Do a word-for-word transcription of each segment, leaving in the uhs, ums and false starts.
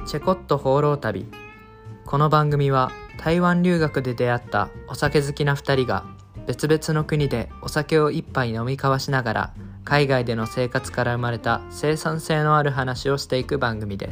チェコット放浪旅。この番組は台湾留学で出会ったお酒好きなふたりが別々の国でお酒を一杯飲み交わしながら海外での生活から生まれた生産性のある話をしていく番組です。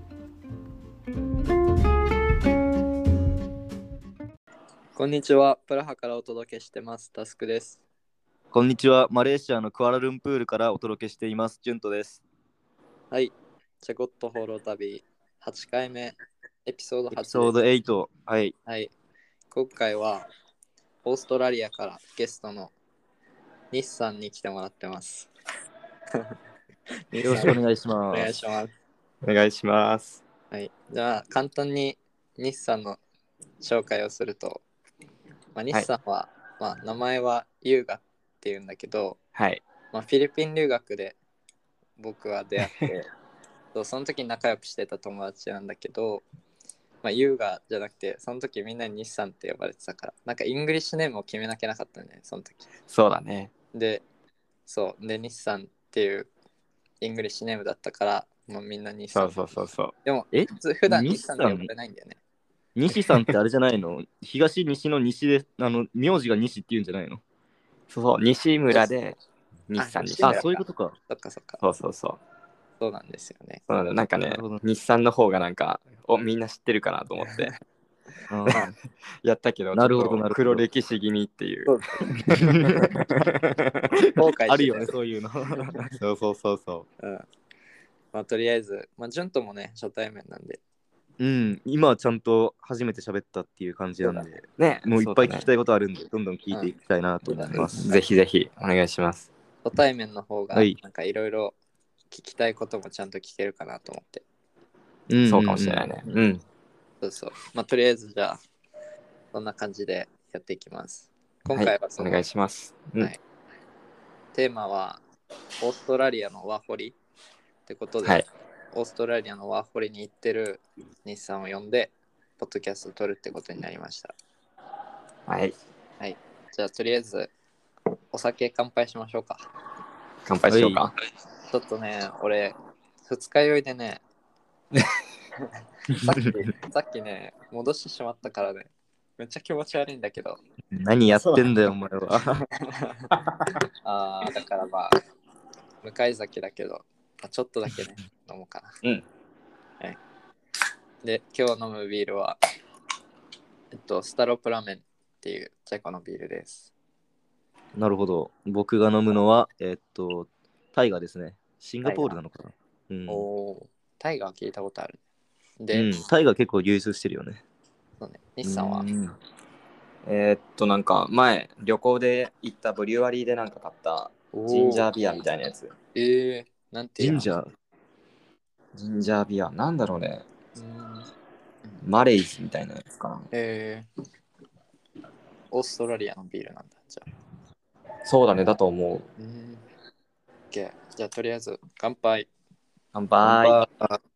こんにちは、プラハからお届けしてますタスクです。 こんにちは、マレーシアのクアラルンプールからお届けしていますジュントです。 はい、チェコット放浪旅はちかいめエピソードはちです。 エピソードはち、はい、 はい、今回はオーストラリアからゲストの日さんに来てもらってます。 よろしくお願いします。 お願いします。 お願いします。 はい、じゃあ簡単に日さんの紹介をすると、まあ、日さんは、はい、まあ、名前は優雅っていうんだけど、 はい、 まあ、フィリピン留学で僕は出会ってその時に仲良くしてた友達なんだけど、まあ、優雅じゃなくてその時みんなに日さんって呼ばれてたから、なんかイングリッシュネームを決めなきゃなかったんだよね、その時。 そうだね。 で、そうで日さんっていうイングリッシュネームだったから、もうみんな日さん。 そうそうそうそう。 でもえ普段日さんって呼ばれないんだよね。 西さんってあれじゃないの東西の西で、あの名字が西って言うんじゃないの？ そう、西村で日産にして。 あ、そういうことか。 そっかそっか。 そうそうそう。 そうなんですよね。 そうなんだ、なんかね、日産の方がなんか、お、みんな知ってるかなと思ってやったけど、 なるほどなるほど。 黒歴史気味っていう。 そう後悔してあるよね、そういうの。 そうそうそうそう。 うん、まあとりあえず、まあジュンともね初対面なんで。 うん、今はちゃんと初めて喋ったっていう感じなんで、 ね、 もういっぱい聞きたいことあるんで、ね、どんどん聞いていきたいなと思います。 うん、ぜひぜひお願いします。 初対面の方が、なんかいろいろ聞きたいこともちゃんと聞けるかなと思って。 うん、そうかもしれないね。うん。 そうそう。まあとりあえずじゃあ、そんな感じでやっていきます。今回はその、 はい、お願いします、うん、 はい。テーマは、オーストラリアのワーホリってことで、 はい、 オーストラリアのワーホリに行ってる日産を呼んで、ポッドキャストを撮るってことになりました。 はい。 はい。じゃあ、とりあえず、お酒乾杯しましょうか。 乾杯しようか。 ちょっとね、俺、二日酔いでね、さっき、さっきね、戻してしまったからね、めっちゃ気持ち悪いんだけど。 何やってんだよ、お前は。 ああ、だからまあ、向かい酒だけど、まあ、ちょっとだけね、飲もうかな。 うん。 はい。で、今日飲むビールは、えっと、スタロプラメンっていうチェコのビールです。 なるほど。僕が飲むのは、えー、っと、タイガーですね。シンガポールなのかな。うん、 おお、タイガー聞いたことある。 で、うん、タイガー結構流出してるよね。 そうね。日産は、 えー、っと、なんか前、旅行で行ったブリュワリーでなんか買ったジンジャービアみたいなやつ。 えー、なんていうの？ ジンジャージンジャービア、なんだろうね。 うんマレイズみたいなやつかな。 えー、オーストラリアのビールなんだ、じゃあ。 そうだね、だと思う。 うん。OK。じゃあ、とりあえず、乾杯。 乾杯。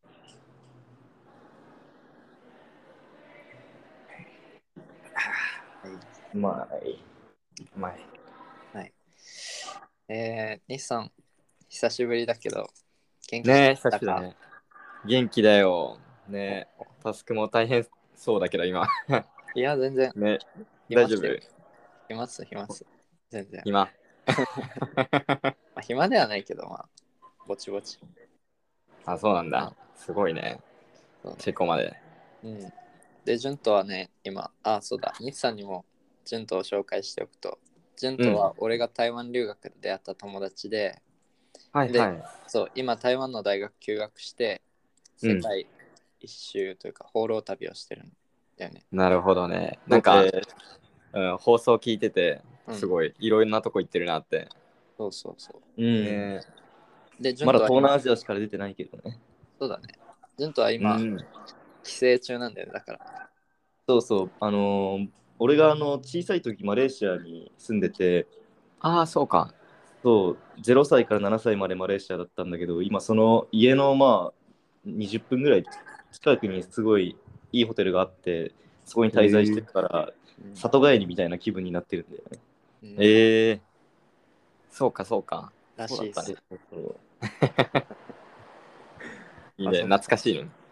うまい。うまい。 はい。えー、日産、久しぶりだけど、元気ねえ、 してたか？ 久しぶりだね。元気だよ。ねえ、タスクも大変そうだけど、今。 いや、全然。 ね、大丈夫？ 暇っす、暇っす。全然。 暇。 まあ、暇ではないけど、まあ、ぼちぼち。 あ、そうなんだ。すごいね。チェコまで。 うん。で、ジュントはね、今、あ、そうだ、日産にもジュントを紹介しておくと、ジュントは俺が台湾留学で出会った友達で、 はいはい。 で、そう、今台湾の大学休学して、世界一周というか、放浪旅をしてるんだよね。 なるほどね。なんか、うん、放送聞いてて、すごい、いろんなとこ行ってるなって。 そうそうそう。 うん。 ね、で、 まだ東南アジアしか出てないけどね。 そうだね。ジュントは今、うん、帰省中なんだよね、だから。 そうそう。あのー、俺があの小さい時マレーシアに住んでて、 ああ、そうか。 そう、ゼロさいからななさいまでマレーシアだったんだけど、今その家のまあにじゅっぷんぐらい近くにすごいいいホテルがあって、そこに滞在してるから、里帰りみたいな気分になってるんだよね。 うん、ええー、そうかそうか。 らしいっす。 いいね、懐かしいね。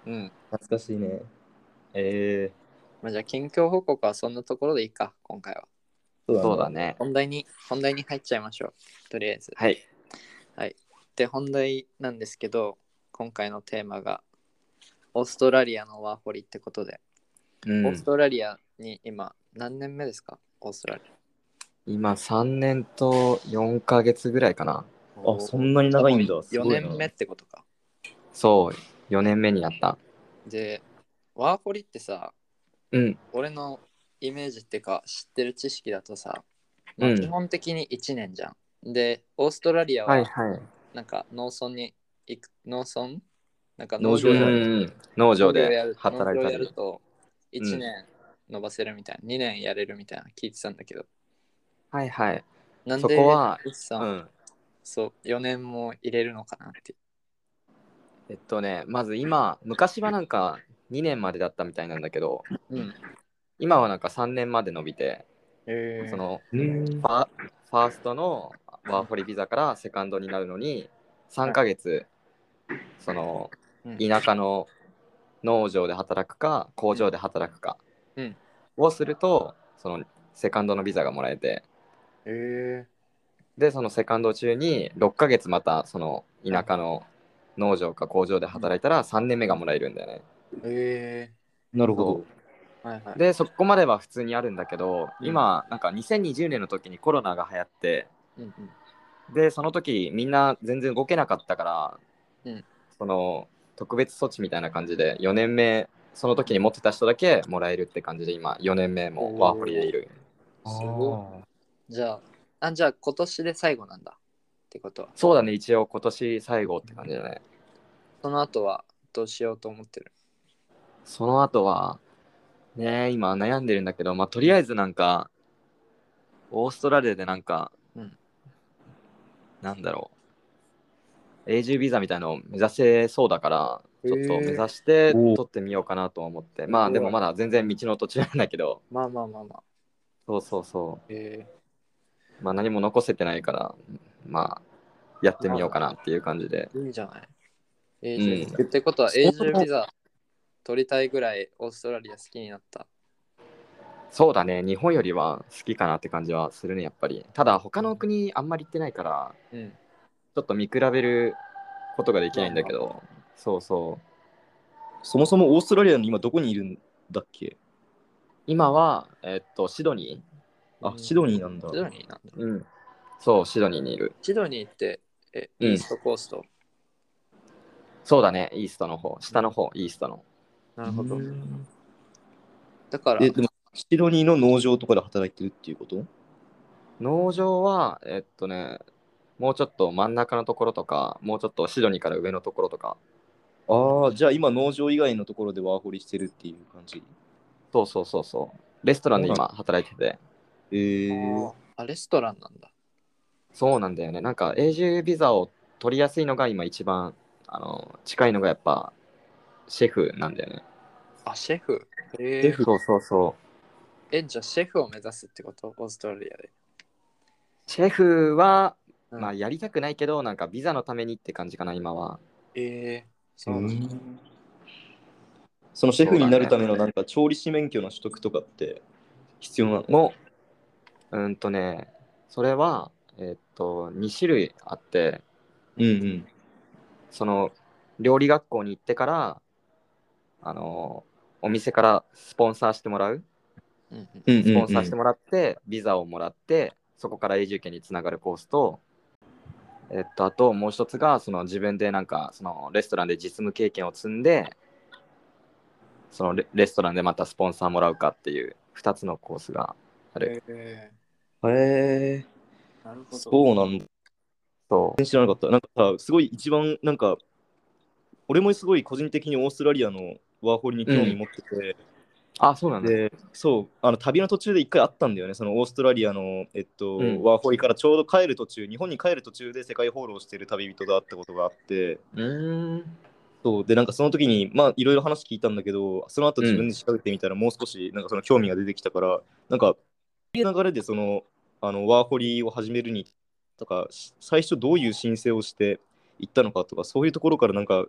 うん。 懐かしいね。えまあ、じゃあ近況報告はそんなところでいいか、今回は。 ー、そうだね。 そうだね。 本題に、本題に入っちゃいましょう。とりあえず。 はい。 はい。で、本題なんですけど、今回のテーマが、オーストラリアのワーホリってことで、 うんオーストラリアに今、何年目ですか、オーストラリ今さんねんとよんかげつぐらいかな。 ア。 あ、そんなに長いんだ。す 4 ごいな。 年目ってことか。 そう、よねんめになった。 で、ワーホリってさ、 うん。 俺のイメージっていうか知ってる知識だとさ、まあ、 うん基本的にいちねんじゃん。で、オーストラリアははいはい。 なんか農村に行く、農村なんか農農場うん業だね。 うん。農場で農業やる、農業働いたり。 やると1年伸ばせるみたいな、にねんやれるみたいな聞いてたんだけど、 はいはい。 なんそこで、 は、 うさん、 うん。 そう、よねんも入れるのかなって。 えっとね、まず今、昔はなんかにねんまでだったみたいなんだけど、 うん。 今はなんかさんねんまで伸びて、 えそのうーんファ、ファーストのワーホリビザからセカンドになるのに、さんかげつ、そのうん田舎の農場で働くか、工場で働くかうんをすると、そのセカンドのビザがもらえて、 えで、そのセカンド中にろっかげつまたその田舎の農場か工場で働いたらさんねんめがもらえるんだよね。 ー、えなるほど。 ー、はいはい。 で、そこまでは普通にあるんだけど、 うん今、なんかにせんにじゅうねんの時にコロナが流行って、 うんうんで、その時みんな全然動けなかったから、 うんその特別措置みたいな感じでよねんめ、その時に持ってた人だけもらえるって感じで、今よねんめもワーホリでいる。 すごい。じゃあ、あ、じゃあ今年で最後なんだってことは。 そうだね、一応今年最後って感じだね。 その後はどうしようと思ってる。 その後は、ね、今悩んでるんだけど、まあ、とりあえずなんか、オーストラリアでなんか、 うんなんだろう、永住ビザみたいのを目指せそうだから、ちょっと目指しておー取ってみようかなと思って、まあでもまだ全然道の途中なんだけど、 まあまあまあまあ。 そうそうそえう、まあ何も残せてないから、まあやってみようかなっていう感じで。 ー、いいんじゃない永住ビザ。 うんってことは永住ビザ取りたいぐらいオーストラリア好きになった。 そうだね、日本よりは好きかなって感じはするね、やっぱり。ただ他の国あんまり行ってないから、 うん。 ちょっと見比べることができないんだけど、そうそう。 そもそもオーストラリアの今どこにいるんだっけ？ 今は、えっと、シドニあ、シドニーなんだ。 シドニーなんだ。 ーうん。そう、シドニーにいる。 シドニーってえうんイーストコースト。 そうだね、イーストの方、下の方、イーストの。 なるほどう。ーんだからえ、でも、シドニーの農場とかで働いてるっていうこと？ 農場は、えっとね、もうちょっと真ん中のところとか、もうちょっとシドニーから上のところとか、 ああ、じゃあ今農場以外のところでワーホリしてるっていう感じ。 そうそうそうそう、レストランで今働いてて、 えー、 あレストランなんだ。 そうなんだよね、なんか永住ビザを取りやすいのが今一番あの近いのがやっぱシェフなんだよね。 あ、シェフ。えー、 シェフそうそうそう。 え、じゃあシェフを目指すってことオーストラリアで。 シェフは、 うんまあやりたくないけど、なんかビザのためにって感じかな、今は。 えー、 うそうなんだ。 んそのシェフになるためのなんか調理師免許の取得とかって必要なの？ もう、うんとね、それは、えっと、に種類あって、 うんうん。 その、料理学校に行ってから、あの、お店からスポンサーしてもらう。 うんうんうんうんうんスポンサーしてもらって、ビザをもらって、そこから永住権につながるコースと、えっと、あともう一つが、その自分でなんか、そのレストランで実務経験を積んで、そのレレストランでまたスポンサーもらうかっていうふたつのコースがある。 えへえー、なるほど。 そうなんだ。 そう。 知らなかった。なんかさ、すごい一番、なんか、俺もすごい個人的にオーストラリアのワーホリに興味持ってて、 あ、そうなんだ。 で、そう、あの旅の途中で一回あったんだよね、そのオーストラリアの、えっとうんワーホリからちょうど帰る途中、日本に帰る途中で世界放浪してる旅人があったことがあって、 うーん。 そうで、なんかその時に、まあ、いろいろ話聞いたんだけど、その後自分で調べてみたら、もう少し、なんかその興味が出てきたから、なんか、いい流れでその、あのワーホリを始めるにとか、し最初どういう申請をして行ったのかとか、そういうところからなんか、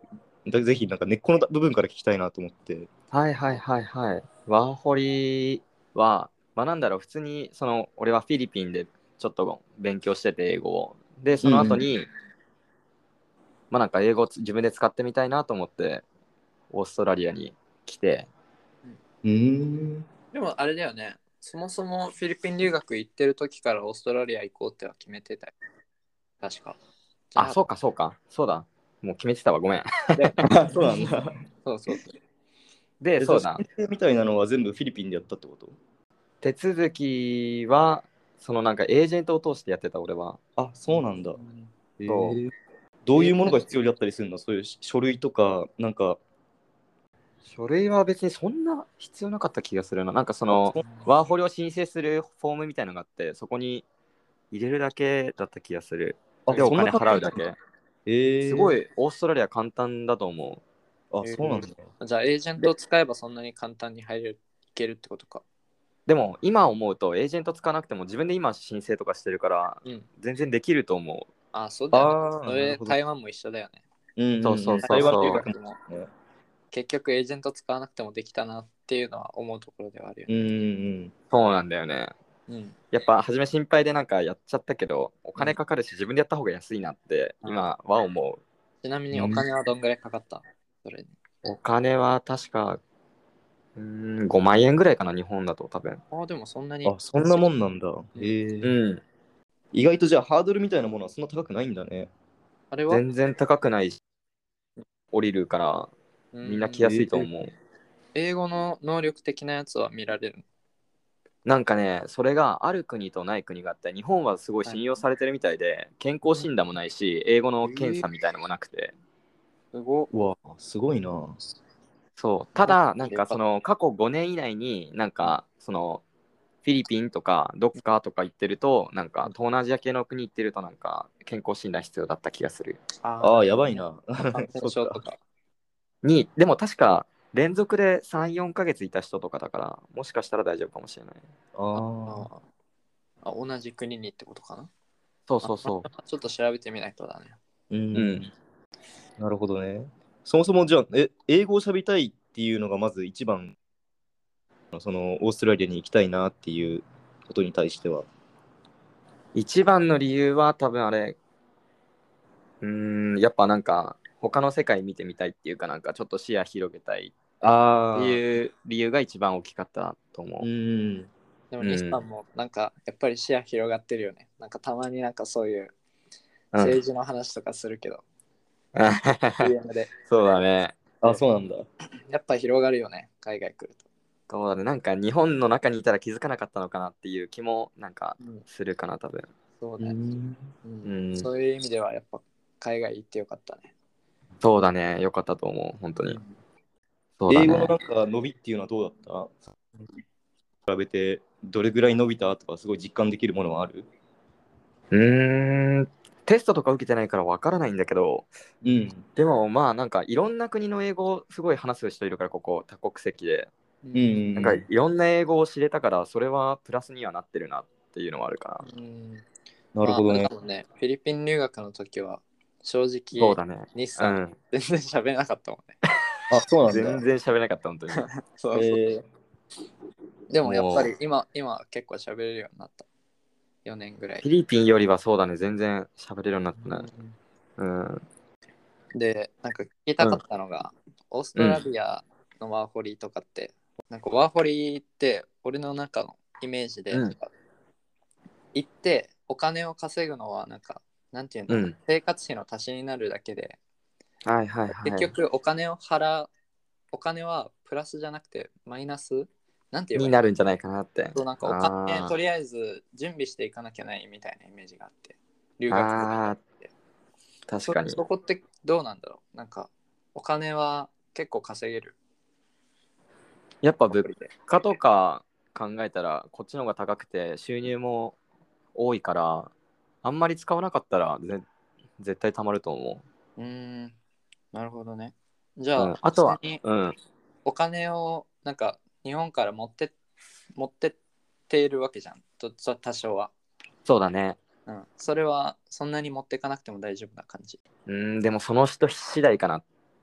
だぜひなんか根っこの部分から聞きたいなと思って。 はいはいはいはい。ワーホリは、まあなんだろう、普通に、その、俺はフィリピンでちょっと勉強してて、英語を。で、その後に、まあなんか英語を自分で使ってみたいなと思って、オーストラリアに来て。 うーん。 でもあれだよね。そもそもフィリピン留学行ってる時からオーストラリア行こうっては決めてたよ。確か。じゃあ、そうかそうか。そうだ。もう決めてたわ。ごめん。 であ、そうなんだ。 そうそうそう。 で、 えそうだ。 申請みたいなのは全部フィリピンでやったってこと？ 手続きは、そのなんかエージェントを通してやってた俺は。 あ、そうなんだ。えそうー、どういうものが必要だったりするの？そういう書類とか、なんか。 書類は別にそんな必要なかった気がするな。なんかそあ、 のそうワーホリを申請するフォームみたいのがあって、そこに入れるだけだった気がする。 あ、 で、お金そんな簡単払うだけ。 えー、 すごい、オーストラリア簡単だと思あ、そうなんだ。 じゃあエージェントを使えばそんなに簡単に入れるいけるってことか。 う。でも、今思うと、エージェント使わなくても自分で今申請とかしてるから、 うん。 全然できると思あ、そうだよね。 ああ、 それなるほど。 台湾も一緒だよね。 うんうんうん、 そうそうそうそう台湾留学もね。 結局エージェント使わなくてもできたなっていうのは思うところではあるよね。 うんうんう。そうなんだよね。 うん。 やっぱ、初め心配でなんかやっちゃったけど、お金かかるし、自分でやった方が安いなって、今は思う。 ちなみにお金はどんぐらいかかった、それに。 お金は確か、うーん、ごまん円ぐらいかな、日本だと多分。 ああ、でもそんなに。 あ、そんなもんなんだ。 うんへえ、 うん。 意外とじゃあハードルみたいなものはそんな高くないんだね。 あれは全然高くないし、降りるから、みんな来やすいと思う。 英語の能力的なやつは見られるの？ なんかね、それがある国とない国があって、日本はすごい信用されてるみたいで、健康診断もないし、英語の検査みたいのもなくて。 すごっ。 うわ、すごいな。 そう。ただ、なんかその過去ごねん以内になんかそのフィリピンとかどっかとか行ってると、なんか東南アジア系の国行ってるとなんか健康診断必要だった気がする。 あああ、やばいな。 感染症とか。 に、でも確か連続でさん、よんかげついた人とかだから、もしかしたら大丈夫かもしれない。 ああ。 ああ、同じ国にってことかな。 そうそうそちょっと調べてみないとだね。 うん、 う。うん。 なるほどね。そもそもじゃあ、え、英語を喋りたいっていうのがまず一番、そのオーストラリアに行きたいなっていうことに対しては。 一番の理由は多分あれ、うーん、やっぱなんか他の世界見てみたいっていうか、なんかちょっと視野広げたいあっていう理由が一番大きかったと思うう。 ん。 でも西さんもなんかやっぱり視野広がってるよね。なんかたまになんかそういううん政治の話とかするけど、シーエム でそうだね。 あ、そうなんだ。 やっぱ広がるよね、海外来ると。 そうだね。なんか日本の中にいたら気づかなかったのかなっていう気もなんかうん、 するかな、多分。 そうね、 うん。 うんうんそういう意味ではやっぱ海外行ってよかったね。 そうだね。よかったと思う。本当に。そうだね。 英語のなんか伸びっていうのはどうだった？比べてどれぐらい伸びたとかすごい実感できるものはある？ うーん。テストとか受けてないからわからないんだけど、 うん。 でもまあなんかいろんな国の英語をすごい話す人いるから、ここ多国籍で。 ううん。 なんかいろんな英語を知れたから、それはプラスにはなってるなっていうのはあるかな。 うんなるほどね。 まあ、あれだもんね。フィリピン留学の時は正直そうだね。 日産、 うん。 全然喋れなかったもんね。 あ、そうなんだ。 全然喋れなかった、本当に。 そうそう、 えでもやっぱもり今今結構喋れるようになった。よねんぐらいフィ。リピンよりはそうだね、全然喋れるようになったね。うん。 で、なんか聞きたかったのが、オーストラリアのワーホリとかって、なんかワーホリって俺の中のイメージで、 うんなんか行ってお金を稼ぐのはなんか、なんていうんだろう、 うん生活費の足しになるだけで、 はいはいはい。 結局お金を払う、お金はプラスじゃなくてマイナスなんて言えばいいの？ になるんじゃないかなって。 そうなんかお金あーとりあえず準備していかなきゃないみたいなイメージがあって、留学あってー、確かにそ。そこってどうなんだろう。なんかお金は結構稼げる。 やっぱ物価とか考えたら、こっちの方が高くて収入も多いから、あんまり使わなかったらぜ絶対貯まると思うーん、なるほどね。じゃう。 あ、 うん、あとは普通に、 うん、 お金をなんか日本から持って持ってっているわけじゃん。とと多少は。 そうだね。 うん。それはそんなに持っていかなくても大丈夫な感じ。 うん、でもその人次第かな。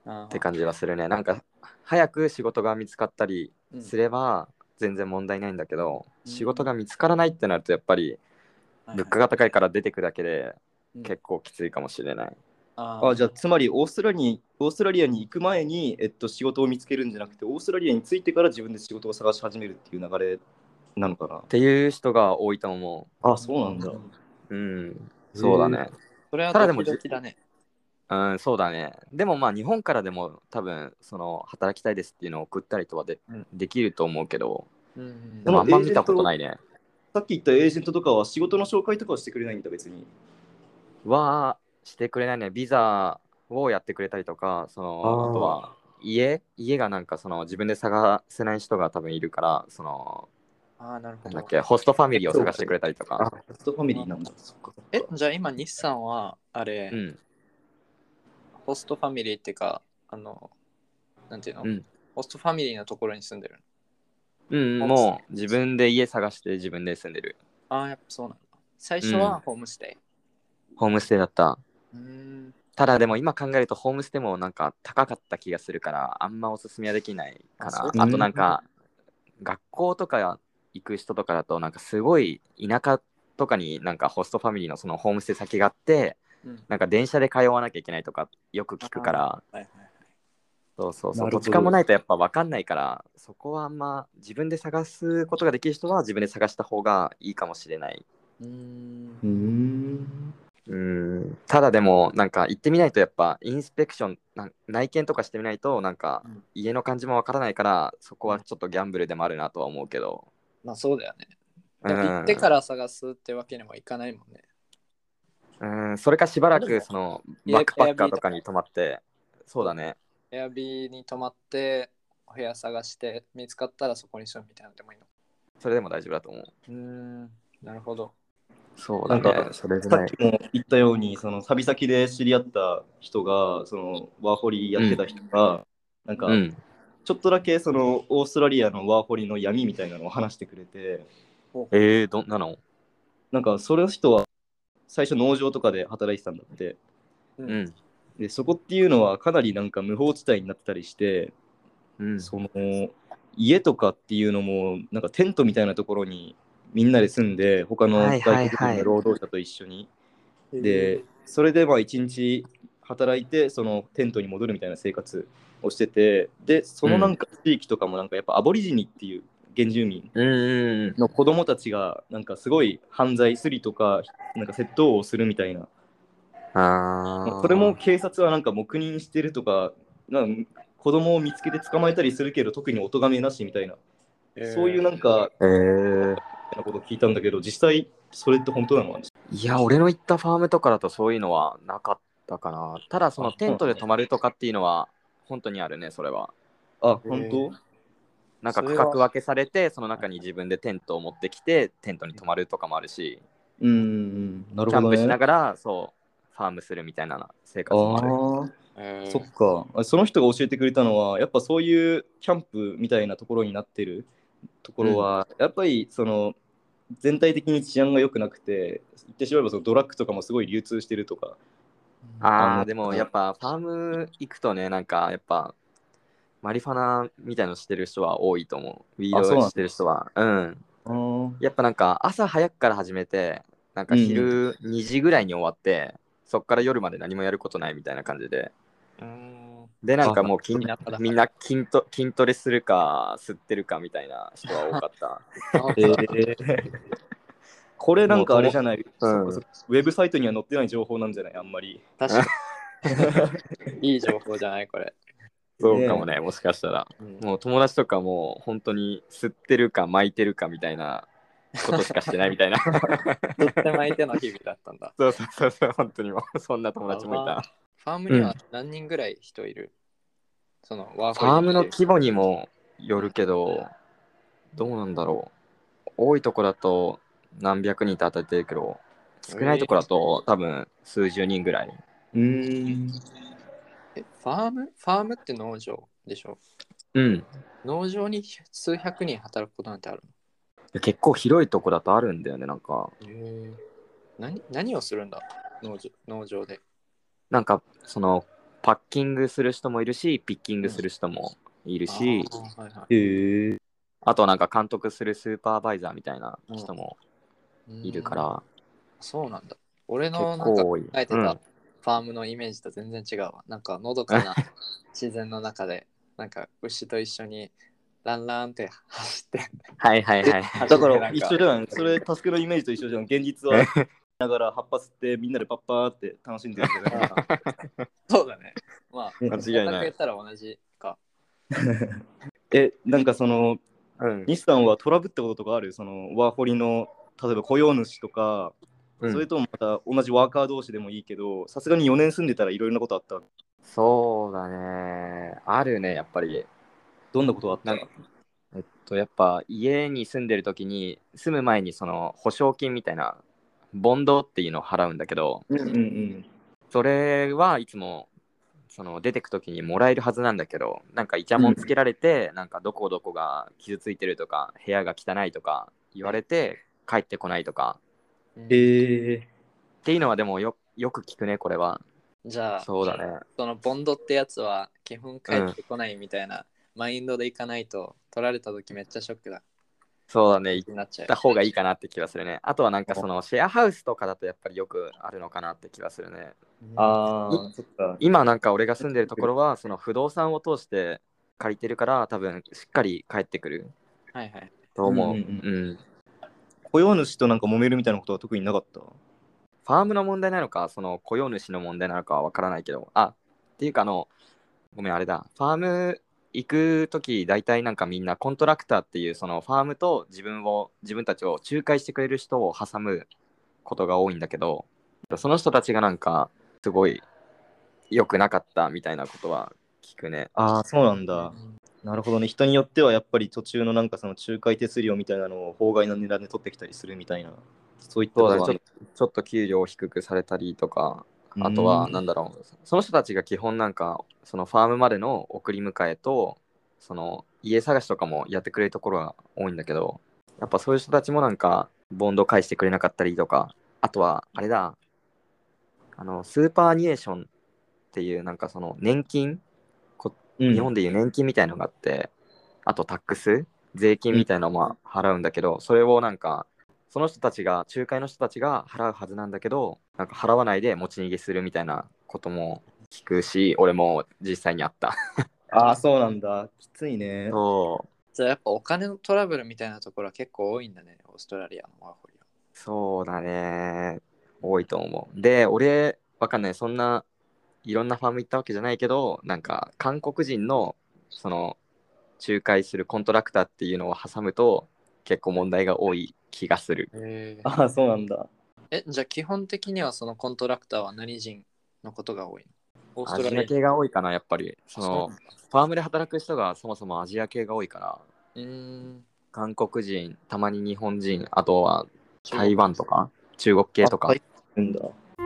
あって感じはするね。なんか早く仕事が見つかったりうんすれば全然問題ないんだけど、 うん仕事が見つからないってなるとやっぱり物価が高いから出てくだけでうん結構きついかもしれない。 ああ、じゃあつまりオーストラリアにオーストラリアに行く前に、えっと、仕事を見つけるんじゃなくて、オーストラリアに着いてから自分で仕事を探し始めるっていう流れなのかな。 っていう人が多いと思あ、そうなんだ。 う。うん、そうだね。 それはただでもドキドキだね。 うん、そうだね。でもまあ日本からでも多分その働きたいですっていうのを送ったりとはで,、 うんできると思うけど、 うんでもあんま見たことないね。 さっき言ったエージェントとかは仕事の紹介とかはしてくれないんだ、別に。 はしてくれないね。ビザをやってくれたりとか、そのあーあとは家家がなんかその自分で探せない人が多分いるから、そのああ、なるほどなんだっ。け、ホストファミリーを探してくれたりとあ、 か。 ホストファミリーなんだ。そっかそっかえ、じゃあ今、日産は、あれ、 うんホストファミリーっていうか、あの、なんていうの、 うんホストファミリーのところに住んでるうん、 の。 もう自分で家探して自分で住んでる。 ああ、やっぱそうなんだ。最初はホームステホームステイだった。 イ。うーん。 ただでも今考えるとホームステイもなんか高かった気がするからあんまおすすめはできないかあそうな。あとなんか学校とか行く人とかだとなんかすごい田舎とかになんかホストファミリーのそのホームステイ先があってうん。 なんか電車で通わなきゃいけないとかよく聞くからはいはいはい。 そうそうそうなるほど土地勘もないとやっぱ分かんないからそこはあんま自分で探すことができる人は自分で探した方がいいかもしれない。 うーん。 うーん。 うんただでもなんか行ってみないとやっぱインスペクションなん内見とかしてみないとなんかうん家の感じもわからないからそこはちょっとギャンブルでもあるなとは思うけど、 まあそうだよね。 うん、 でも行ってから探すってわけにもいかないもんね。 うんそれかしばらくそのバックパッカーとかに泊まってそうだねエアビーに泊まって、お部屋探して、見つかったらそこに住むみたいなのでもいいの。 それでも大丈夫だと思う。 うーん。なるほど。 そうだなんかねそれでねさっきも言ったように、その旅先で知り合った人が、そのワーホリやってた人が、なんか、 うんちょっとだけそのオーストラリアのワーホリの闇みたいなのを話してくれて、 えー、どんなのなんかその人は最初農場とかで働いてたんだって。 ううんで、そこっていうのはかなりなんか無法地帯になってたりして、 うんその家とかっていうのもなんかテントみたいなところにみんなで住んで他のはいはい外国はい人の労働者と一緒に、でそれでまあ一日働いてそのテントに戻るみたいな生活をしてて、でそのなんか地域とかもなんかやっぱアボリジニっていう原住民うんうんの子供たちがなんかすごい犯罪スリとかなんか窃盗をするみたいな、 あーそれも警察はなんか黙認してるとか、なんか子供を見つけて捕まえたりするけど特にお咎めなしみたいな、そういうなんかえー、 なことを聞いたんだけど、実際それって本当なの？ いや俺の行ったファームとかだとそういうのはなかったかな。ただそのテントで泊まるとかっていうのは本当にあるねそれは。 あ、本当？ なんか区それは画分けされてその中に自分でテントを持ってきてテントに泊まるとかもあるし、 うーん、なるほどね。 キャンプしながらそうファームするみたいな生活もある。 あえーあ、そっか。あその人が教えてくれたのは、やっぱそういうキャンプみたいなところになってるところは、やっぱりその全体的に治安が良くなくて、言ってしまえばそのドラッグとかもすごい流通してるとか。 ああのーでもやっぱファーム行くとねなんかやっぱマリファナみたいのしてる人は多いと思う。ウィーあそうなんだドしてる人はうんあーやっぱなんか朝早くから始めてなんか昼にじぐらいに終わって、そっから夜まで何もやることないみたいな感じでうーん。 でなんかもう筋田舎だからみんな筋ト筋トレするか吸ってるかみたいな人は多かったえーこれなんかあれじゃない、 うんそっかそっかウェブサイトには載ってない情報なんじゃない、あんまり。 確かに。いい情報じゃないこれ。 そうかもねもしかしたらうんもう友達とかもう本当に吸ってるか巻いてるかみたいなことしかしてないみたいなとっても相手の日々だったんだ。 そうそうそうそう本当にもうそんな友達もいた。 ファームには何人ぐらい人いる、そのワーホリファームの規模にもよるけどどうなんだろう多いとこだと何百人と当たってるけど少ないとこだと多分数十人ぐらい。 うーん。 えファームファームって農場でしょ。 うん農場に数百人働くことなんてある結構広いとこだとあるんだよねなんかの？へえ。何何をするんだ農場農場で。 なんかそのパッキングする人もいるし、ピッキングする人もいるし、 あーはいはへえ。 あとはなんか監督するスーパーバイザーみたいな人もい。 いるかうんら、 そうなんだ。俺結のなんか考構多い。 えてたうん。 ファームのイメージと全然違うわ。なんかのどかな自然の中で、なんか牛と一緒にランランって走って、 はいはいはい。 だからなんか一緒じゃん。それ、タスクのイメージと一緒じゃん。現実はながら葉っぱ吸ってみんなでパッパーって楽しんでるんじゃないかな。 そうだね。まあ、 間違いない言ったら同じか。 え、なんかその、 うん。 西さんはトラブったこととかあるそのワーホリの、例えば雇用主とか、 うんそれともまた同じワーカー同士でもいいけど、さすがによねん住んでたらいろいろなことあった。 そうだね。あるね、やっぱり。 どんなことあったなんかえっと、やっぱ家に住んでる時に、住む前にその保証金みたいな、ボンドっていうのを払うんだけど、 うんうんうん。 それはいつもその出てく時にもらえるはずなんだけど、なんかイチャモンつけられて、なんかどこどこが傷ついてるとか、部屋が汚いとか言われて、帰ってこないとか。 うんえっていうのはでもよよく聞くね、これは。 じゃあ、 そうだね。 そのボンドってやつは基本帰うんってこないみたいなマインドでいかないと取られた時めっちゃショックだ。 そうだね。行っになっちゃう。 た方がいいかなって気がするね。あとはなんかそのシェアハウスとかだとやっぱりよくあるのかなって気がするね。 ー、ああ、そっか。 今なんか俺が住んでるところはその不動産を通して借りてるから多分しっかり返ってくるはいはい。 と思う。 うんうんうん。 雇用主となんか揉めるみたいなことは特になかった。 ファームの問題なのか、その雇用主の問題なのかは分からないけど、あ、っていうかあの、ごめん、あれだ、ファーム行くとき、大体なんかみんなコントラクターっていう、そのファームと自分を、自分たちを仲介してくれる人を挟むことが多いんだけど、その人たちがなんか、すごい良くなかったみたいなことは聞くね。 ああ、そうなんだ。なるほどね。人によってはやっぱり途中のなんかその仲介手数料みたいなのを法外な値段で取ってきたりするみたいな、そういったそうだね、 ことはちょっと、ちょっと給料を低くされたりとか、あとうは、 んなんだろう、その人たちが基本なんか、そのファームまでの送り迎えと、その家探しとかもやってくれるところが多いんだけど、やっぱそういう人たちもなんか、ボンド返してくれなかったりとか、あとは、あれだ、あの、スーパーニエーションっていう、なんかその年金、こうん日本でいう年金みたいのがあって、あとタックス、税金みたいなのも払うんだけど、それをなんか、その人たちが、仲介の人たちが払うはずなんだけど、なんか払わないで持ち逃げするみたいなことも聞くし、俺も実際にあった。 ああ、そうなんだ。きついね。 そう、 じゃあやっぱお金のトラブルみたいなところは結構多いんだね、オーストラリアのワーホリは。 そうだね。多いと思う。で、俺、わかんない。そんないろんなファーム行ったわけじゃないけど、なんか韓国人のその仲介するコントラクターっていうのを挟むと結構問題が多い気がする。 へああ、そうなんだ。 え、じゃあ基本的にはそのコントラクターは何人のことが多いの？オースアトラリア。 ジア系が多いかな、やっぱり。そそうのファームで働く人がそもそもアジア系が多いから、 うーん。 韓国人、たまに日本人、あとは中国台湾とか中国系とか。 あ入ってんだ。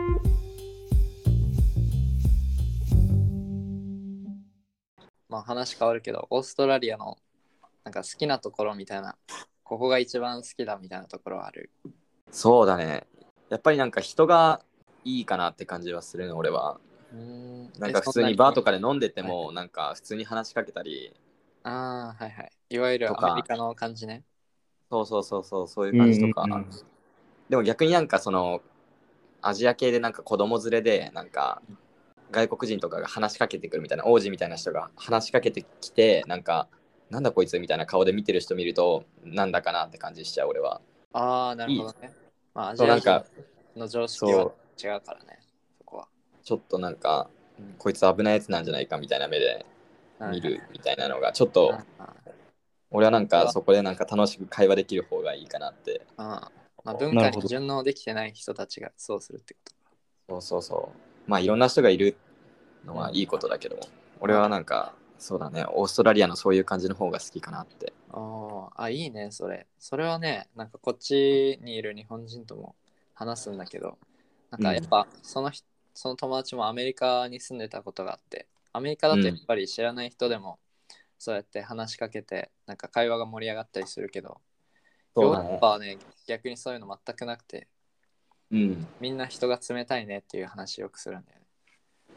まあ話変わるけど、オーストラリアのなんか好きなところみたいな、ここが一番好きだみたいなところはある？ そうだね。やっぱりなんか人がいいかなって感じはするの、俺は。 うーん。 なんか普通にバーとかで飲んでても、なんか普通に話しかけたり、 ああ、はいはい。いわゆるとかアメリカの感じね。 そうそうそうそう、そういう感じとか。 うんうんうんでも逆になんかその、アジア系でなんか子供連れで、なんか外国人とかが話しかけてくるみたいな、王子みたいな人が話しかけてきて、なんか、なんだこいつみたいな顔で見てる人見ると、なんだかなって感じしちゃう、俺は。 ああ、なるほどね。まあアそう、 ジア人なんか、 の常識は違うからね、そこは。 ちょっとなんか、こいつ危ないやつなんじゃないかみたいな目で見るみたいなのが、ちょっと、俺はなんかそこでなんか楽しく会話できる方がいいかなって。 あまあ、文化に順応できてない人たちがそうするってことか。 そうそうそう。まあいろんな人がいるのはいいことだけど、俺はなんか、そうだね、オーストラリアのそういう感じの方が好きかなって。 ああ、いいね、それ。それはね、なんかこっちにいる日本人とも話すんだけど、なんかやっぱその人、その友達もアメリカに住んでたことがあって、アメリカだとやっぱり知らない人でもそうやって話しかけて、なんか会話が盛り上がったりするけど、ヨーロッパはね、逆にそういうの全くなくて、 うん。 みんな人が冷たいねっていう話よくするんだよね。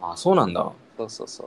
あ、そうなんだ。 そうそうそう。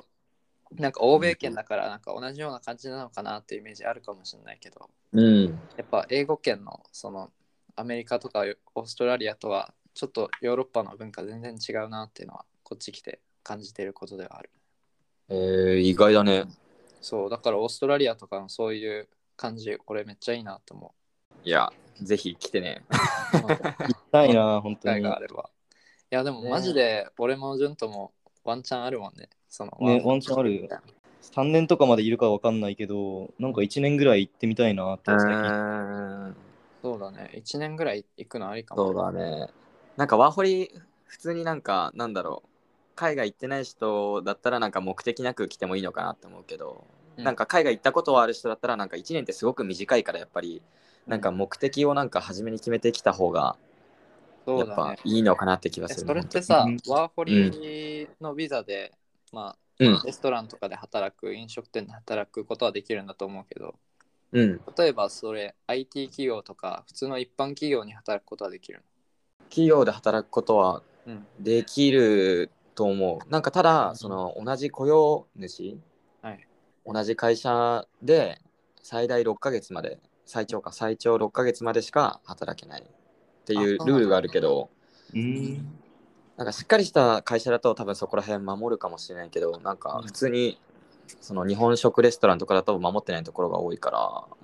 なんか欧米圏だからなんか同じような感じなのかなっていうイメージあるかもしれないけど、 うん。 やっぱ英語圏のそのアメリカとかオーストラリアとはちょっとヨーロッパの文化全然違うなっていうのはこっち来て感じていることではある。 えー、意外だね。 そう、だからオーストラリアとかのそういう感じ、これめっちゃいいなと思いや、ぜひ来てね。 う。 行きたいな、本機会当に。 があれば。いや、でもマジで俺もジュンともワンチャンあるもんね。そのね、ワンチャンあるよ。さんねんとかまでいるかわかんないけど、なんかいちねんぐらい行ってみたいなってう最近。 ーん。 そうだね。いちねんぐらい行くのありかも。 そうだね。なんかワーホリ、普通になんか、なんだろう。海外行ってない人だったらなんか目的なく来てもいいのかなって思うけど、 うんなんか海外行ったことはある人だったらなんかいちねんってすごく短いからやっぱりなんか目的をなんか初めに決めてきた方がやっそうだね。 ぱいいのかなって気がするね。 えそれって本さ、 うんワーホリのビザで、ま当にあ、レストランとかで働く、飲食店で働くことはできるんだと思うけど、 うん。うん。 例えばそれ アイティー 企業とか普通の一般企業に働くことはできる企業で働くことはの？うん。 できると思う。なんかただ、その同じ雇用主、 はい。 同じ会社で最大ろっかげつまで、最長か、最長ろっかげつまでしか働けないっていうルールがあるけど、 うん。 なんかしっかりした会社だと多分そこら辺守るかもしれないけど、なんか普通にその日本食レストランとかだと守ってないところが多いから、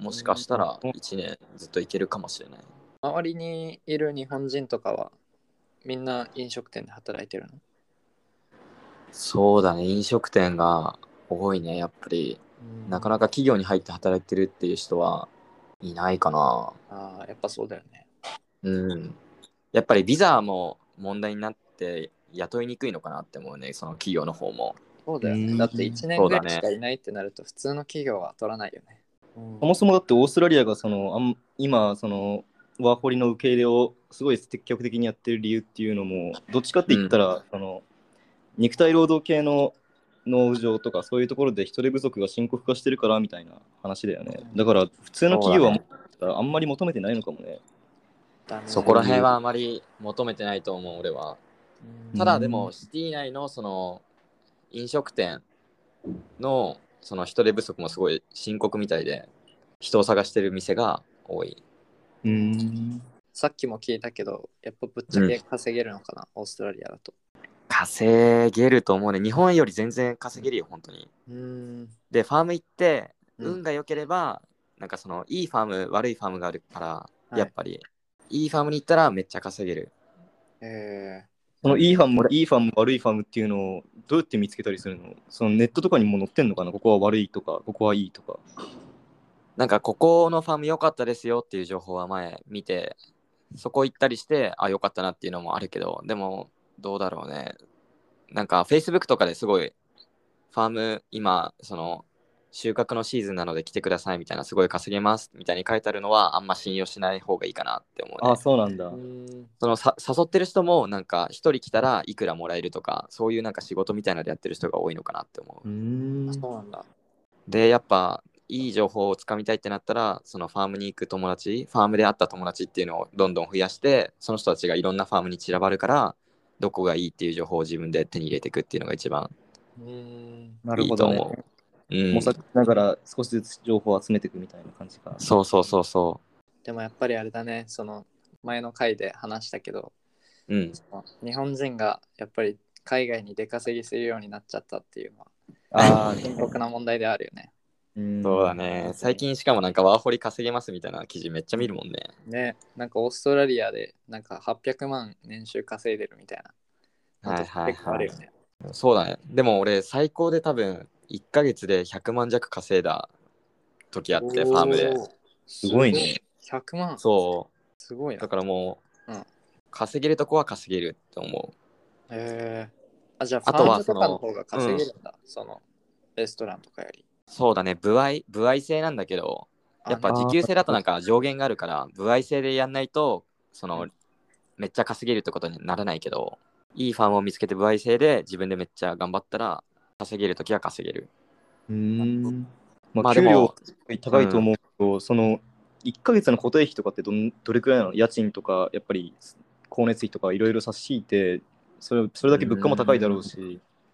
もしかしたらいちねんずっといけるかもしれない。 周りにいる日本人とかはみんな飲食店で働いてるの？ そうだね、飲食店が多いね、やっぱり。なかなか企業に入って働いてるっていう人はいないかな。 ああ、やっぱそうだよね。 うん。やっぱりビザも問題になって雇いにくいのかなって思うね、その企業の方も。 そうだよね。 うんだっていちねんぐらいしかいないってなると普通の企業は取らないよね。うんそもそもだってオーストラリアがそのあん今そのワーホリの受け入れをすごい積極的にやってる理由っていうのもどっちかって言ったら、その肉体労働系の農場とかそういうところで人手不足が深刻化してるからみたいな話だよね。だから普通の企業はそうだね、 あんまり求めてないのかもね。 だね。 そこら辺はあまり求めてないと思う、俺は。 うんただでもシティ内のその飲食店のその人手不足もすごい深刻みたいで、人を探してる店が多い。 うーん。 さっきも聞いたけど、やっぱぶっちゃけ稼げるのかな、オーストラリアだと。 稼げると思うね。日本より全然稼げるよ、本当に。 うーん。 で、ファーム行って、 うん運が良ければ、なんかその、いいファーム、悪いファームがあるから、 はいやっぱり、いいファームに行ったらめっちゃ稼げる。 えそのいいファーム、 俺いいファーム、悪いファームっていうのをどうやって見つけたりするの？そのネットとかにも載ってんのかな？ここは悪いとか、ここはいいとか。 なんか、ここのファーム良かったですよっていう情報は前見て、そこ行ったりして、あ、良かったなっていうのもあるけど、でも、どうだろうね。なんか、Facebook とかですごい、ファーム、今、その、収穫のシーズンなので来てくださいみたいな、すごい稼げますみたいに書いてあるのは、あんま信用しない方がいいかなって思うね。 あ、そうなんだ。 ー、うーん。 そのさ誘ってる人も、なんか、一人来たらいくらもらえるとか、そういうなんか仕事みたいなのでやってる人が多いのかなって思う。 うーん。 そうなんだ。 で、やっぱ、いい情報をつかみたいってなったら、そのファームに行く友達、ファームで会った友達っていうのをどんどん増やして、その人たちがいろんなファームに散らばるから、どこがいいっていう情報を自分で手に入れていくっていうのが一番うーん。 なるほどいいと思う。 ね。 うん模索しながら少しずつ情報を集めていくみたいな感じか。 そうそうそうそでもやっぱりあれだね、その前の回で話したけど、 う。うん。 日本人がやっぱり海外に出稼ぎするようになっちゃったっていうのはあ深刻な問題であるよね。 ーそうだね。最近しかもなんかワーホリ稼げますみたいな記事めっちゃ見るもんね。 ね、なんかオーストラリアでなんかはっぴゃくまん年収稼いでるみたいな。 はいはい結構あはいるよね。 そうだね。でも俺最高で多分いっかげつでひゃくまん弱稼いだ時あってファームで。 すごいね。 ひゃくまん。 そ。 すごいうな。 だからもう、 うん稼げるとこは稼げるって思う。 へえ。あ、じゃあフあとはァームとかの方が稼げるんだ。そのレストランとかより。 そうだね。歩合、歩合制なんだけど、やっぱ時給制だとなんか上限があるから、歩合制でやんないと、その、めっちゃ稼げるってことにならないけど、いいファームを見つけて歩合制で自分でめっちゃ頑張ったら、稼げるときは稼げる。 うーん。まあ、 まあでも給料高いと思うけど、そのいっかげつの固定費とかってどんどれくらいなの？家賃とか、やっぱり光熱費とかいろいろ差し引いて、それそれだけ物価も高いだろうし。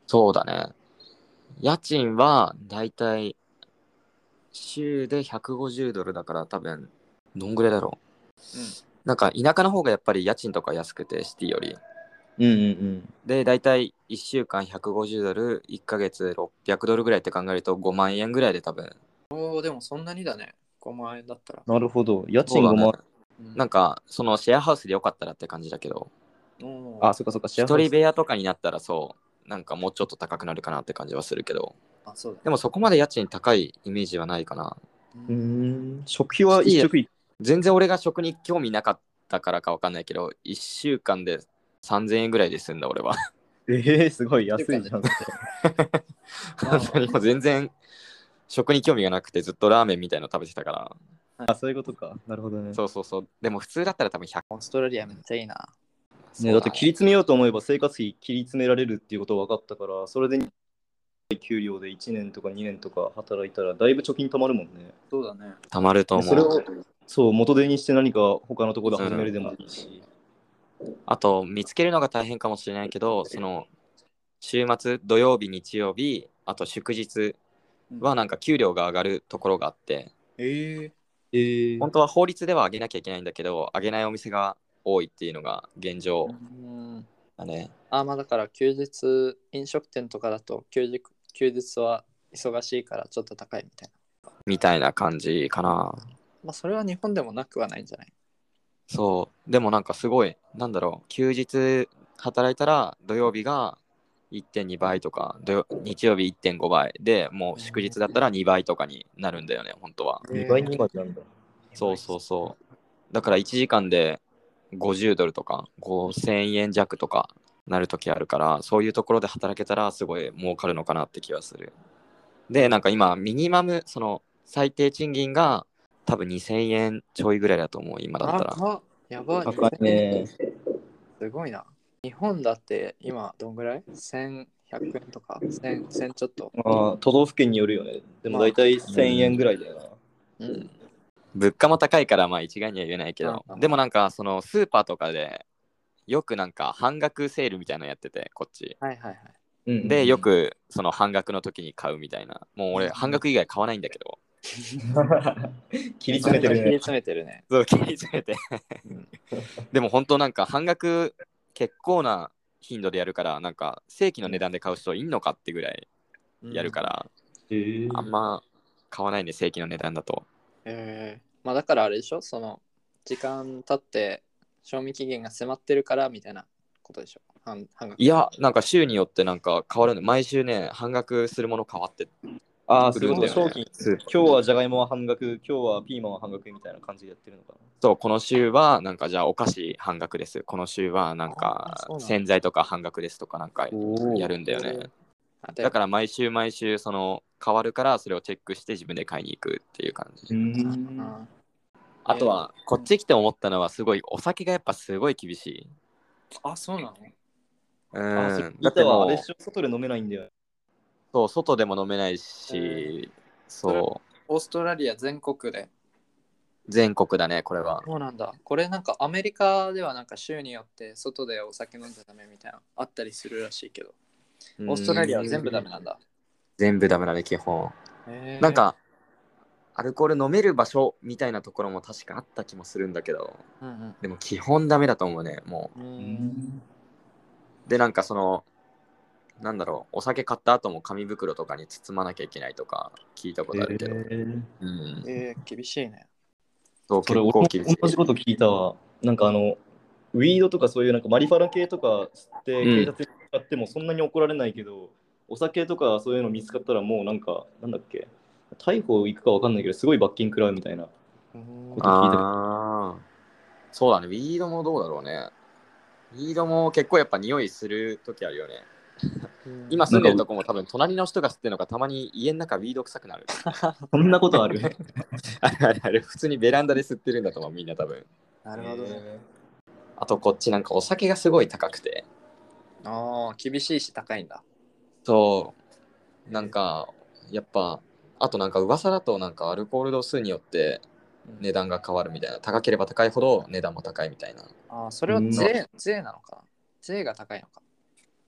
そうだね。家賃はだいたい週でひゃくごじゅうドルだから多分どんぐらいだろう。 うん。 なんか田舎の方がやっぱり家賃とか安くてシティより。 うんうんで、だいたいいっしゅうかんひゃくごじゅうドル、いっかげつろっぴゃくドルぐらいって考えるとごまん円ぐらいで多分。 おー、でもそんなにだね。ごまん円だったら。 うん。なるほど。家そうだね賃ごまん。。 うん、 なんかそのシェアハウスでよかったらって感じだけど、 おーあ、そっかそっか、シェ一アハウス。 人部屋とかになったらそうなんかもうちょっと高くなるかなって感じはするけど、 あ、そうだ。 でもそこまで家賃高いイメージはないかな。 うーん。食費は一食い。 全然俺が食に興味なかったからかわかんないけど、いっしゅうかんでさんぜんえんぐらいで済んだ俺は。 えー、すごい安いじゃん。 本当にもう全然食に興味がなくてずっとラーメンみたいの食べてたから。 あ、そういうことか。なるほどね。 そうそうそう。でも普通だったら多分ひゃく。 オーストラリアめっちゃいいな。 ね、だって切り詰めようと思えば生活費切り詰められるっていうこと分かったから、それで給料でいちねんとかにねんとか働いたらだいぶ貯金たまるもんね。 そうだね。 たまると思う。 それをそう元手にして何か他のところで始めるでもいいし。 あと見つけるのが大変かもしれないけど、その週末土曜日日曜日あと祝日はなんか給料が上がるところがあって、 ええー、 本当は法律では上げなきゃいけないんだけど上げないお店が多いっていうのが現状うん。 だね。 あ、まあだから休日、飲食店とかだと休日、休日は忙しいからちょっと高いみたいな。 みたいな感じかな。 まあそれは日本でもなくはないんじゃない？ そうでもなんかすごいなんだろう、休日働いたら土曜日が いってんに 倍とか土曜日曜日 いってんご 倍で、もう祝日だったらにばいとかになるんだよね本当は。 にばいにまでなんだ。 そうそうそう。だからいちじかんでごじゅうドルとかごせんえん弱とかなるときあるから、そういうところで働けたらすごい儲かるのかなって気はする。でなんか今ミニマムその最低賃金が多分にせんえんちょいぐらいだと思う今だったら。 高っ。やばい。 高いね。 すごいな。日本だって今どんぐらい？ せんひゃく 円とかせん、せんちょっと。 まあ都道府県によるよね。でも大体せんえんぐらいだよな。 うん。 物価も高いからまあ一概には言えないけど、 うんでもなんかそのスーパーとかでよくなんか半額セールみたいなのやっててこっちはいはいはい。 うんうん、 でよくその半額の時に買うみたいな。もう俺半額以外買わないんだけど、 切り詰めてる切りね。 詰めてるね。 そう切り詰めてうんでも本当なんか半額結構な頻度でやるから、なんか正規の値段で買う人いんのかってぐらいやるか。ら、 えー、 あんま買わないね正規の値段だと。 えー、まあだからあれでしょ、その時間経って賞味期限が迫ってるからみたいなことでしょ。半半額。 いやなんか週によってなんか変わるの。毎週ね半額するもの変わってああ、それくるんだよね。 も商品。今日はじゃがいもは半額、今日はピーマンは半額みたいな感じでやってるのかな。 そうこの週はなんかじゃあお菓子半額です、この週はなんあかーそうなんだ洗剤とか半額ですとかなんかやるんだよね。 あでだから毎週毎週その変わるからそれをチェックして自分で買いに行くっていう感じ。 んああとはこっち来て思ったのはすごいお酒がやっぱすごい厳しい。 あ、そうなの？ うあ、それん聞いたわ。あだってもうれっしょ、外で飲めないんだよ。 そう外でも飲めないし、そオーストラリア全国で。 う全国だねこれは。 そうなんだ。これなんかアメリカではなんか州によって外でお酒飲んじゃダメみたいなあったりするらしいけど、オーストラリアは全部ダメなんだ。 全部ダメだね基本。 へーなんかアルコール飲める場所みたいなところも確かあった気もするんだけど、 うんでも基本ダメだと思うねもうん。ううんんう。でなんかそのなんだろう、お酒買った後も紙袋とかに包まなきゃいけないとか聞いたことあるけど、 えー、 うんえー、厳しいね。 そう結それ俺も構厳しい。 同じこと聞いたわ。なんかあの、ウィードとかそういうなんかマリファナ系とか吸ってうん警察に使ってもそんなに怒られないけど、お酒とかそういうの見つかったらもうなんか、なんだっけ、逮捕行くかわかんないけど、すごい罰金食らうみたいなうんこと聞いた。 ああ、そうだね、ウィードもどうだろうね。ウィードも結構やっぱ匂いする時あるよね。今住んでるとこも多分隣の人が吸ってるのがたまに家の中ウィード臭くなる。 そんなことあるあるあるある、普通にベランダで吸ってるんだと思うみんな多分。 なるほどね。 あとこっちなんかお酒がすごい高くて、 ああ、厳しいし高いんだ。 そうなんかやっぱあとなんか噂だとなんかアルコール度数によって値段が変わるみたいな、高ければ高いほど値段も高いみたいな。 ああ、それは税、税なのかな？税が高いのか。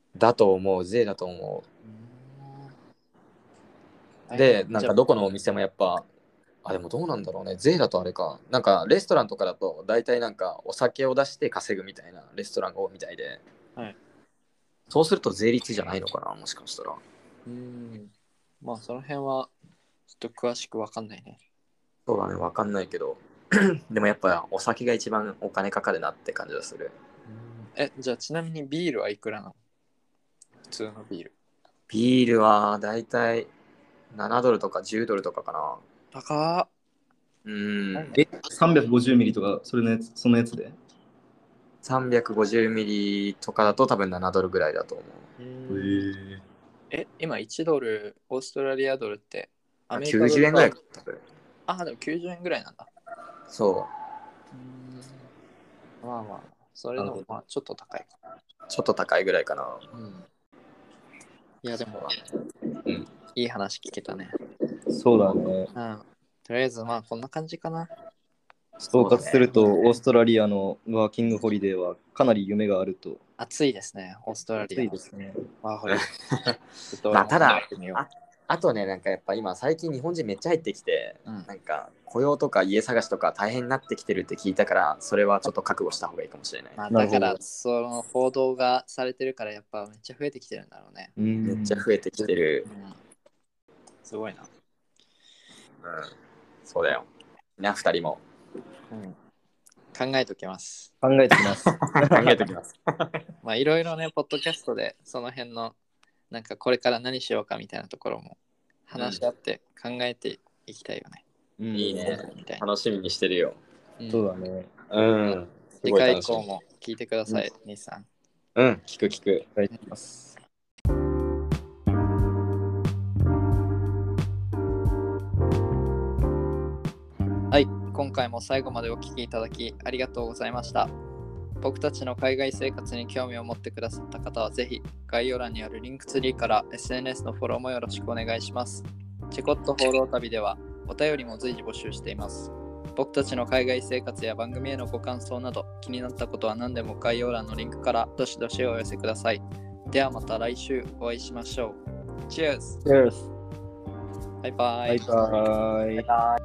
だと思う、税だと思うーんう。で、 じゃあなんかどこのお店もやっぱ、あ、でもどうなんだろうね。税だとあれか。なんかレストランとかだと大体なんかお酒を出して稼ぐみたいなレストランが多いみたいで、 はい。 そうすると税率じゃないのかな、もしかしたら。 うーん。まあ、その辺は、ちょっと詳しくわかんないね。 そうだね、わかんないけど。でもやっぱお酒が一番お金かかるなって感じがする。 え、じゃあちなみにビールはいくらなの？普通のビール。 ビールは大体ななドルとかじゅうドルとかかな。 高っ。 うん。 え、さんびゃくごじゅうミリとか、それのやつ、そのやつで。 さんびゃくごじゅうミリとかだと多分ななドルぐらいだと思う。 へえ、今いちドル、オーストラリアドルってアあメリカドルきゅうじゅうえんぐらいか、多分。 あ、でもきゅうじゅうえんぐらいなんだ。 そまあまあ、それでもまあちょっと高いか。 う。ちょっと高いぐらいかな。 うん。いや、でも、 うんいい話聞けたね。 そうだね。 うん。とりあえずまあこんな感じかな。 総括すると、オーストラリアのワーキングホリデーはかなり夢があると。 暑いですね、オーストラリア。 暑いですね。 ワーホリ。 まあただちょっと俺も考えてみようああとね、なんかやっぱ今最近日本人めっちゃ入ってきて、 うんなんか雇用とか家探しとか大変になってきてるって聞いたから、それはちょっと覚悟した方がいいかもしれない。 まあ、 なるほどだから、その報道がされてるから、やっぱめっちゃ増えてきてるんだろうね。 うんめっちゃ増えてきてるう。ん。すごいな。 うん、そうだよ。な、二人もうん。考えときます。 考えてきます。 考えておきます。 まあ、いろいろね、ポッドキャストで、その辺の、なんかこれから何しようかみたいなところも話し合って考えていきたいよね。 うんいいね。 みたいな。 楽しみにしてるよ。 うんそうだね。 うん。す次回以ごい楽しみ降も聞いてください、西さん。 うん、聞く聞く。 考えてきます。 はい、今回も最後までお聞きいただきありがとうございました。僕たちの海外生活に興味を持ってくださった方はぜひ概要欄にあるリンクツリーから エスエヌエス のフォローもよろしくお願いします。チェコット放浪旅ではお便りも随時募集しています。僕たちの海外生活や番組へのご感想など気になったことは何でも概要欄のリンクからどしどしお寄せください。ではまた来週お会いしましょう。Cheers! Cheers! バイバイ。 バイバイ。 バイ。